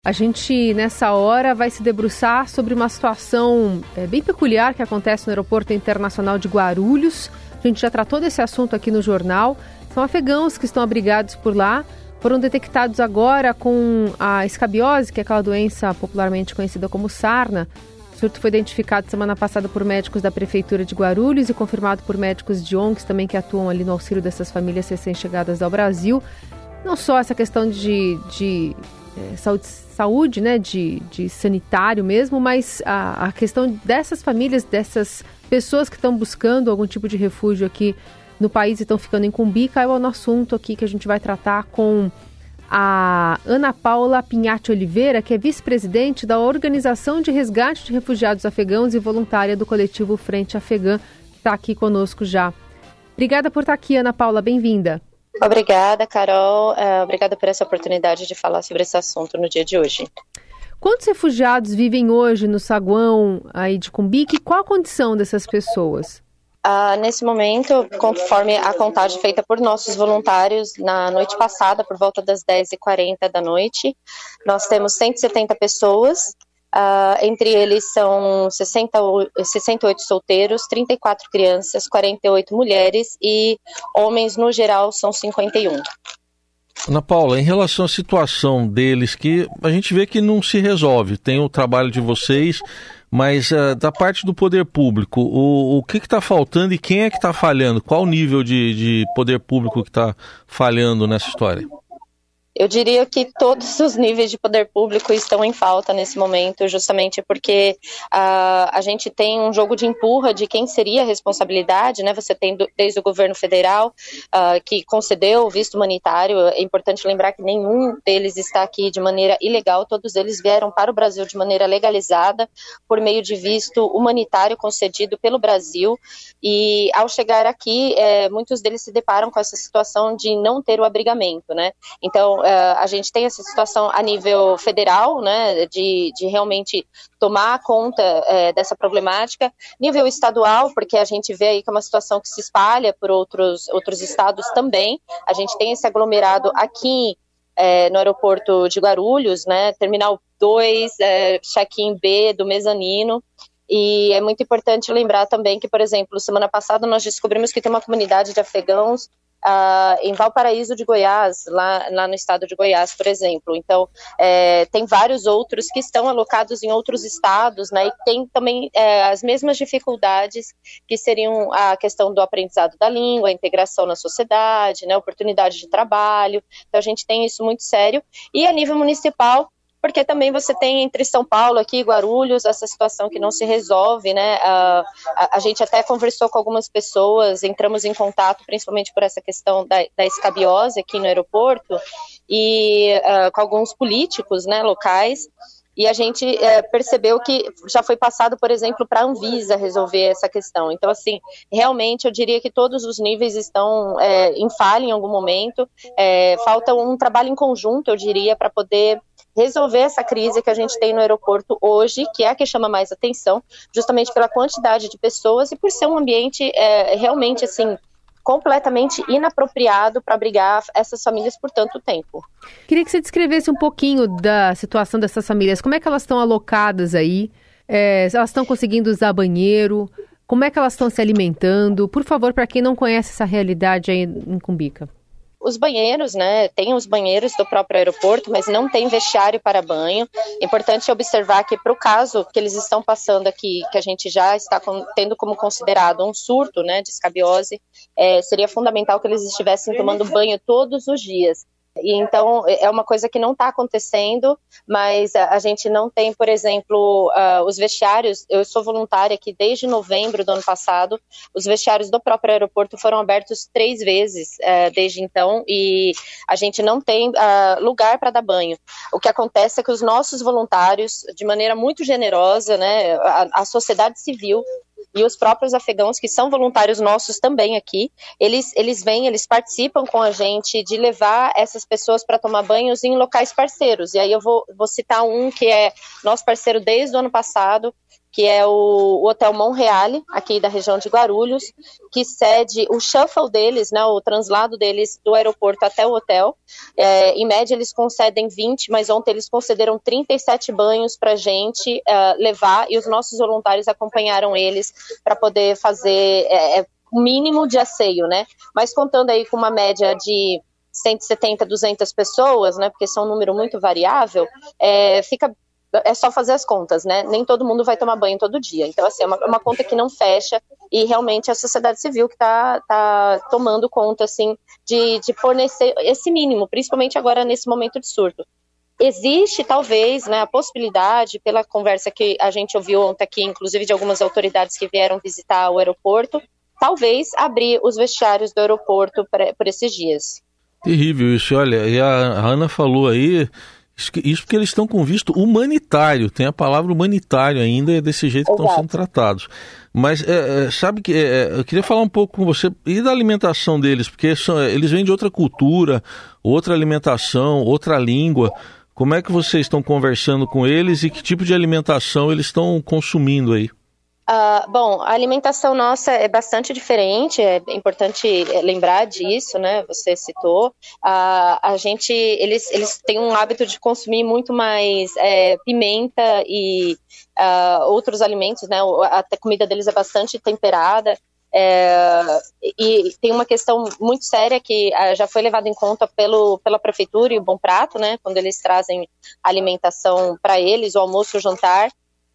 A gente, nessa hora, vai se debruçar sobre uma situação bem peculiar que acontece no Aeroporto Internacional de Guarulhos. A gente já tratou desse assunto aqui no jornal. São afegãos que estão abrigados por lá. Foram detectados agora com a escabiose, que é aquela doença popularmente conhecida como sarna. O surto foi identificado semana passada por médicos da Prefeitura de Guarulhos e confirmado por médicos de ONGs também que atuam ali no auxílio dessas famílias recém-chegadas ao Brasil. Não só essa questão de saúde, né, de sanitário mesmo, mas a questão dessas famílias, dessas pessoas que estão buscando algum tipo de refúgio aqui no país e estão ficando em Cumbica, é o nosso assunto aqui que a gente vai tratar com a Ana Paula Pinhatti Oliveira, que é vice-presidente da Organização de Resgate de Refugiados Afegãos e voluntária do coletivo Frente Afegã, que está aqui conosco já. Obrigada por estar aqui, Ana Paula, bem-vinda. Obrigada, Carol. Obrigada por essa oportunidade de falar sobre esse assunto no dia de hoje. Quantos refugiados vivem hoje no saguão aí de Cumbica e qual a condição dessas pessoas? Nesse momento, conforme a contagem feita por nossos voluntários na noite passada, por volta das 10h40 da noite, nós temos 170 pessoas. Entre eles são 68 solteiros, 34 crianças, 48 mulheres e homens no geral são 51. Ana Paula, em relação à situação deles, que a gente vê que não se resolve, tem o trabalho de vocês, mas da parte do poder público, o que está faltando e quem é que está falhando? Qual o nível de poder público que está falhando nessa história? Eu diria que todos os níveis de poder público estão em falta nesse momento, justamente porque a gente tem um jogo de empurra de quem seria a responsabilidade, né? Você tem desde o governo federal, que concedeu o visto humanitário. É importante lembrar que nenhum deles está aqui de maneira ilegal, todos eles vieram para o Brasil de maneira legalizada, por meio de visto humanitário concedido pelo Brasil, e ao chegar aqui, muitos deles se deparam com essa situação de não ter o abrigamento, né? Então, a gente tem essa situação a nível federal, né, de realmente tomar conta dessa problemática, nível estadual, porque a gente vê aí que é uma situação que se espalha por outros estados também. A gente tem esse aglomerado aqui no aeroporto de Guarulhos, né, Terminal 2, check-in B do mezanino. E é muito importante lembrar também que, por exemplo, semana passada nós descobrimos que tem uma comunidade de afegãos em Valparaíso de Goiás, lá no estado de Goiás, por exemplo. Então, tem vários outros que estão alocados em outros estados, né, e tem também as mesmas dificuldades que seriam a questão do aprendizado da língua, a integração na sociedade, né, oportunidade de trabalho. Então, a gente tem isso muito sério. E a nível municipal, porque também você tem entre São Paulo aqui e Guarulhos essa situação que não se resolve, né? A gente até conversou com algumas pessoas, entramos em contato principalmente por essa questão da escabiose aqui no aeroporto e com alguns políticos, né, locais. E a gente percebeu que já foi passado, por exemplo, para a Anvisa resolver essa questão. Então, assim, realmente eu diria que todos os níveis estão em falha em algum momento. Falta um trabalho em conjunto, eu diria, para poder resolver essa crise que a gente tem no aeroporto hoje, que é a que chama mais atenção, justamente pela quantidade de pessoas e por ser um ambiente realmente, assim, completamente inapropriado para abrigar essas famílias por tanto tempo. Queria que você descrevesse um pouquinho da situação dessas famílias. Como é que elas estão alocadas aí? Elas estão conseguindo usar banheiro? Como é que elas estão se alimentando? Por favor, para quem não conhece essa realidade aí em Cumbica. Os banheiros, né, tem os banheiros do próprio aeroporto, mas não tem vestiário para banho. É importante observar que para o caso que eles estão passando aqui, que a gente já está tendo como considerado um surto, né, de escabiose, seria fundamental que eles estivessem tomando banho todos os dias. E então é uma coisa que não está acontecendo, mas a gente não tem, por exemplo, os vestiários. Eu sou voluntária aqui desde novembro do ano passado. Os vestiários do próprio aeroporto foram abertos 3 vezes desde então e a gente não tem lugar para dar banho. O que acontece é que os nossos voluntários, de maneira muito generosa, né, a sociedade civil e os próprios afegãos, que são voluntários nossos também aqui, eles vêm, eles participam com a gente de levar essas pessoas para tomar banhos em locais parceiros. E aí eu vou citar um que é nosso parceiro desde o ano passado, que é o Hotel Monreale, aqui da região de Guarulhos, que cede o shuttle deles, né, o translado deles do aeroporto até o hotel. Em média, eles concedem 20, mas ontem eles concederam 37 banhos para a gente levar, e os nossos voluntários acompanharam eles para poder fazer o mínimo de asseio, né? Mas contando aí com uma média de 170, 200 pessoas, né, porque são um número muito variável, é só fazer as contas, né? Nem todo mundo vai tomar banho todo dia. Então, assim, é uma conta que não fecha, e realmente a sociedade civil que tá tomando conta, assim, de fornecer esse mínimo, principalmente agora nesse momento de surto. Existe, talvez, né, a possibilidade, pela conversa que a gente ouviu ontem aqui, inclusive de algumas autoridades que vieram visitar o aeroporto, talvez abrir os vestiários do aeroporto por esses dias. Terrível isso, olha, e a Ana falou aí, isso porque eles estão com visto humanitário, tem a palavra humanitário ainda, é desse jeito que estão sendo tratados. Mas sabe que eu queria falar um pouco com você, e da alimentação deles, porque eles vêm de outra cultura, outra alimentação, outra língua. Como é que vocês estão conversando com eles e que tipo de alimentação eles estão consumindo aí? Bom, a alimentação nossa é bastante diferente, é importante lembrar disso, né? Você citou. Eles têm um hábito de consumir muito mais pimenta e outros alimentos, né? A comida deles é bastante temperada. E tem uma questão muito séria que já foi levada em conta pela prefeitura e o Bom Prato, né? Quando eles trazem alimentação para eles, o almoço e o jantar.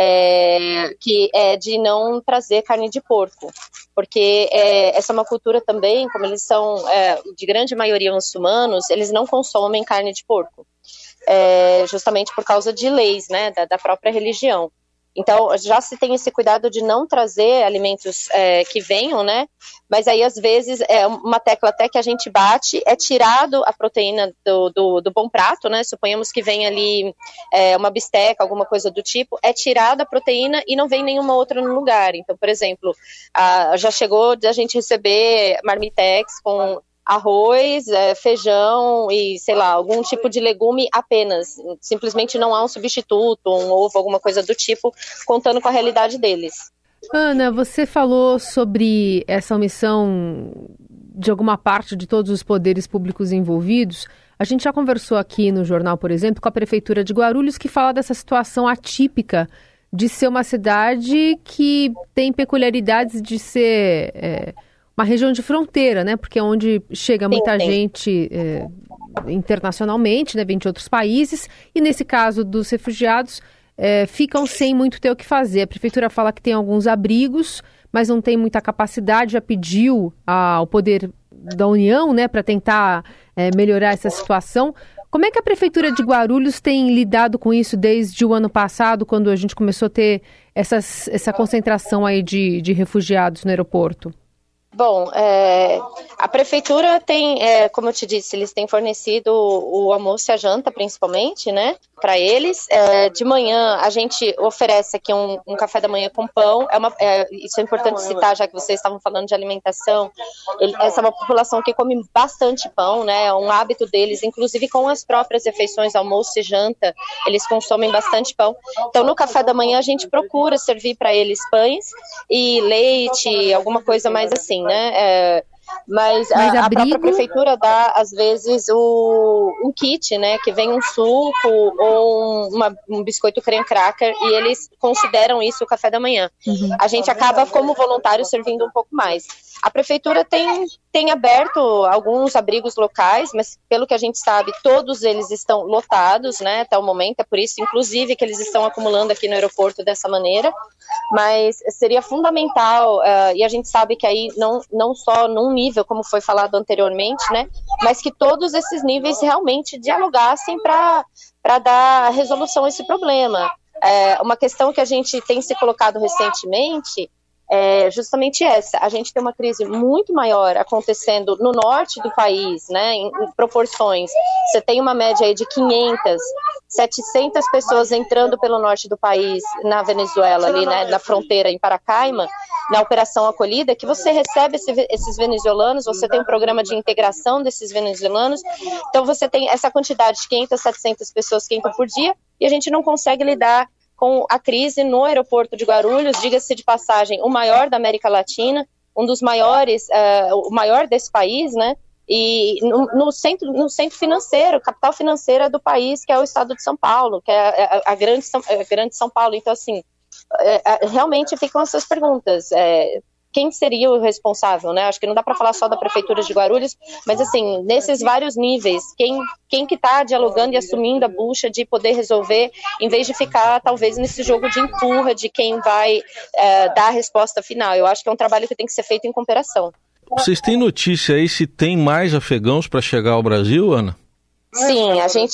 Que é de não trazer carne de porco, porque essa é uma cultura também, como eles são de grande maioria muçulmanos, eles não consomem carne de porco, justamente por causa de leis, né, da própria religião. Então, já se tem esse cuidado de não trazer alimentos que venham, né? Mas aí, às vezes, uma tecla até que a gente bate, é tirado a proteína do Bom Prato, né? Suponhamos que vem ali uma bisteca, alguma coisa do tipo, é tirada a proteína e não vem nenhuma outra no lugar. Então, por exemplo, já chegou de a gente receber marmitex com arroz, feijão e, sei lá, algum tipo de legume apenas. Simplesmente não há um substituto, um ovo, alguma coisa do tipo, contando com a realidade deles. Ana, você falou sobre essa omissão de alguma parte de todos os poderes públicos envolvidos. A gente já conversou aqui no jornal, por exemplo, com a Prefeitura de Guarulhos, que fala dessa situação atípica de ser uma cidade que tem peculiaridades de ser uma região de fronteira, né? Porque é onde chega muita gente internacionalmente, né? Vem de outros países, e nesse caso dos refugiados, ficam sem muito ter o que fazer. A Prefeitura fala que tem alguns abrigos, mas não tem muita capacidade, já pediu ao poder da União, né, para tentar melhorar essa situação. Como é que a Prefeitura de Guarulhos tem lidado com isso desde o ano passado, quando a gente começou a ter essa concentração aí de refugiados no aeroporto? Bom, a prefeitura tem, como eu te disse, eles têm fornecido o almoço e a janta, principalmente, né, para eles. De manhã, a gente oferece aqui um café da manhã com pão. Isso é importante citar, já que vocês estavam falando de alimentação. Essa é uma população que come bastante pão, né, é um hábito deles, inclusive com as próprias refeições, almoço e janta, eles consomem bastante pão. Então, no café da manhã, a gente procura servir para eles pães e leite, alguma coisa mais assim, né? Mas a própria prefeitura dá, às vezes, um kit, né, que vem um suco ou um biscoito creme cracker, e eles consideram isso o café da manhã. Uhum. A gente acaba, como voluntário, servindo um pouco mais. A prefeitura tem aberto alguns abrigos locais, mas pelo que a gente sabe, todos eles estão lotados, né, até o momento. É por isso, inclusive, que eles estão acumulando aqui no aeroporto dessa maneira. Mas seria fundamental, e a gente sabe que aí não só num nível, como foi falado anteriormente, né, mas que todos esses níveis realmente dialogassem para dar resolução a esse problema. Uma questão que a gente tem se colocado recentemente é justamente essa. A gente tem uma crise muito maior acontecendo no norte do país, né, em proporções. Você tem uma média aí de 500, 700 pessoas entrando pelo norte do país, na Venezuela, ali, né, na fronteira, em Paracaima, na Operação Acolhida, que você recebe esses venezuelanos, você tem um programa de integração desses venezuelanos, então você tem essa quantidade de 500, 700 pessoas que entram por dia, e a gente não consegue lidar com a crise no aeroporto de Guarulhos, diga-se de passagem, o maior da América Latina, um dos maiores, o maior desse país, né? E no centro financeiro, capital financeira do país, que é o estado de São Paulo, que é a grande São Paulo. Então, assim, realmente ficam essas perguntas. Quem seria o responsável, né? Acho que não dá para falar só da Prefeitura de Guarulhos, mas, assim, nesses vários níveis, quem que está dialogando e assumindo a bucha de poder resolver, em vez de ficar, talvez, nesse jogo de empurra de quem vai dar a resposta final. Eu acho que é um trabalho que tem que ser feito em cooperação. Vocês têm notícia aí se tem mais afegãos para chegar ao Brasil, Ana? Sim,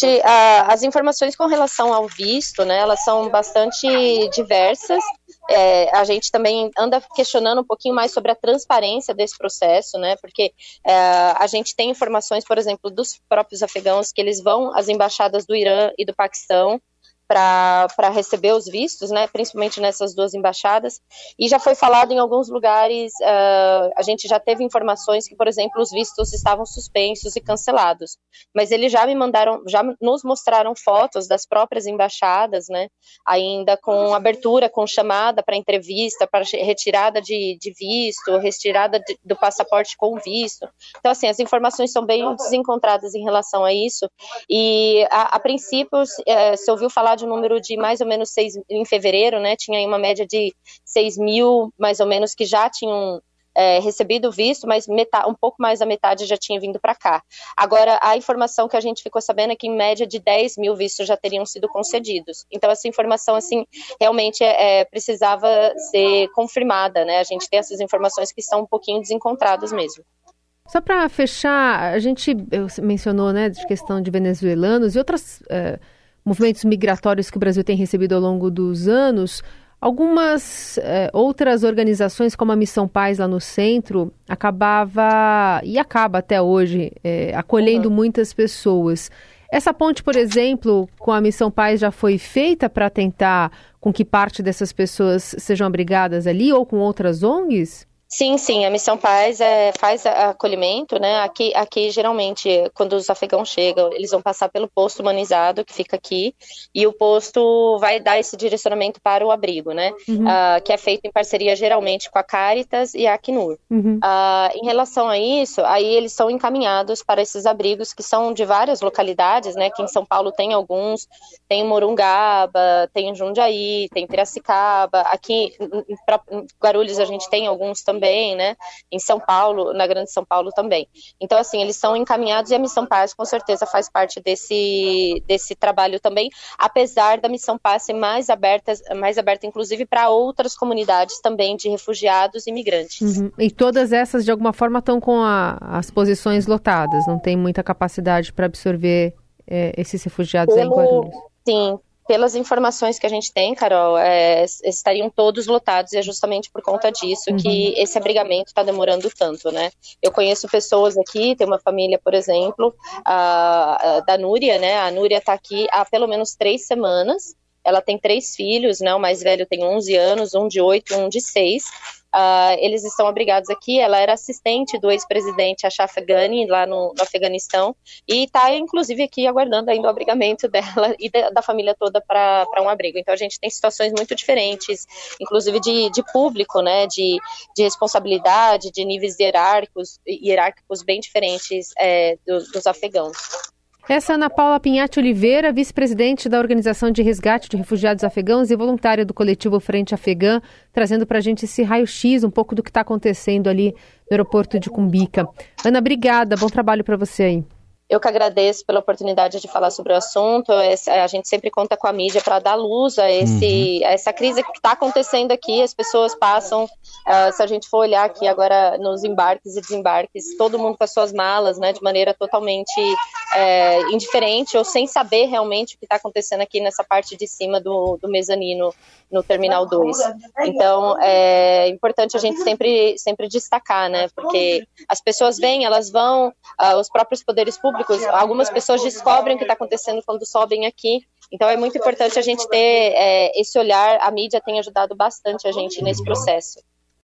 as informações com relação ao visto, né, elas são bastante diversas. A gente também anda questionando um pouquinho mais sobre a transparência desse processo, né, porque a gente tem informações, por exemplo, dos próprios afegãos que eles vão às embaixadas do Irã e do Paquistão para receber os vistos, né, principalmente nessas duas embaixadas, e já foi falado em alguns lugares, a gente já teve informações que, por exemplo, os vistos estavam suspensos e cancelados, mas eles já nos mostraram fotos das próprias embaixadas, né, ainda com abertura, com chamada para entrevista, para retirada de visto, retirada do passaporte com visto. Então, assim, as informações são bem desencontradas em relação a isso, e a princípio se ouviu falar de um número de mais ou menos 6 em fevereiro, né? Tinha aí uma média de 6 mil, mais ou menos, que já tinham recebido visto, mas um pouco mais da metade já tinha vindo para cá. Agora, a informação que a gente ficou sabendo é que em média de 10 mil vistos já teriam sido concedidos. Então, essa informação, assim, realmente precisava ser confirmada, né? A gente tem essas informações que são um pouquinho desencontradas mesmo. Só para fechar, você mencionou, né, de questão de venezuelanos e outros movimentos migratórios que o Brasil tem recebido ao longo dos anos. Algumas outras organizações, como a Missão Paz lá no centro, acaba até hoje acolhendo muitas pessoas. Essa ponte, por exemplo, com a Missão Paz já foi feita para tentar com que parte dessas pessoas sejam abrigadas ali ou com outras ONGs? Sim, a Missão Paz faz acolhimento, né? Aqui, geralmente, quando os afegãos chegam, eles vão passar pelo posto humanizado que fica aqui, e o posto vai dar esse direcionamento para o abrigo, né? Uhum. Que é feito em parceria, geralmente, com a Caritas e a Acnur. Uhum. Em relação a isso, aí eles são encaminhados para esses abrigos, que são de várias localidades, né? Que em São Paulo tem alguns, tem em Morungaba, tem em Jundiaí, tem em Piracicaba, aqui em Guarulhos a gente tem alguns também, né? Em São Paulo, na Grande São Paulo também. Então, assim, eles são encaminhados e a Missão Paz, com certeza, faz parte desse trabalho também, apesar da Missão Paz ser mais aberta inclusive, para outras comunidades também de refugiados e imigrantes. Uhum. E todas essas, de alguma forma, estão com as posições lotadas, não tem muita capacidade para absorver esses refugiados aí em Guarulhos? Sim. Pelas informações que a gente tem, Carol, estariam todos lotados, e é justamente por conta disso que esse abrigamento está demorando tanto, né? Eu conheço pessoas aqui, tem uma família, por exemplo, da Núria, né? A Núria está aqui há pelo menos 3 semanas, ela tem 3 filhos, né? O mais velho tem 11 anos, um de 8 e um de 6. Eles estão abrigados aqui. Ela era assistente do ex-presidente Ashraf Ghani lá no Afeganistão e está inclusive aqui aguardando ainda o abrigamento dela e da família toda para um abrigo. Então a gente tem situações muito diferentes, inclusive de público, né, de responsabilidade, de níveis hierárquicos bem diferentes dos afegãos. Essa é Ana Paula Pinhatti Oliveira, vice-presidente da Organização de Resgate de Refugiados Afegãos e voluntária do coletivo Frente Afegã, trazendo para a gente esse raio-x, um pouco do que está acontecendo ali no aeroporto de Cumbica. Ana, obrigada, bom trabalho para você aí. Eu que agradeço pela oportunidade de falar sobre o assunto. A gente sempre conta com a mídia para dar luz a essa crise que está acontecendo aqui. As pessoas passam, se a gente for olhar aqui agora nos embarques e desembarques, todo mundo com as suas malas, né, de maneira totalmente indiferente ou sem saber realmente o que está acontecendo aqui nessa parte de cima do mezanino no Terminal 2. Então, é importante a gente sempre destacar, né, porque as pessoas vêm, elas vão, os próprios poderes públicos, algumas pessoas descobrem o que está acontecendo quando sobem aqui. Então é muito importante a gente ter esse olhar. A mídia tem ajudado bastante a gente nesse processo.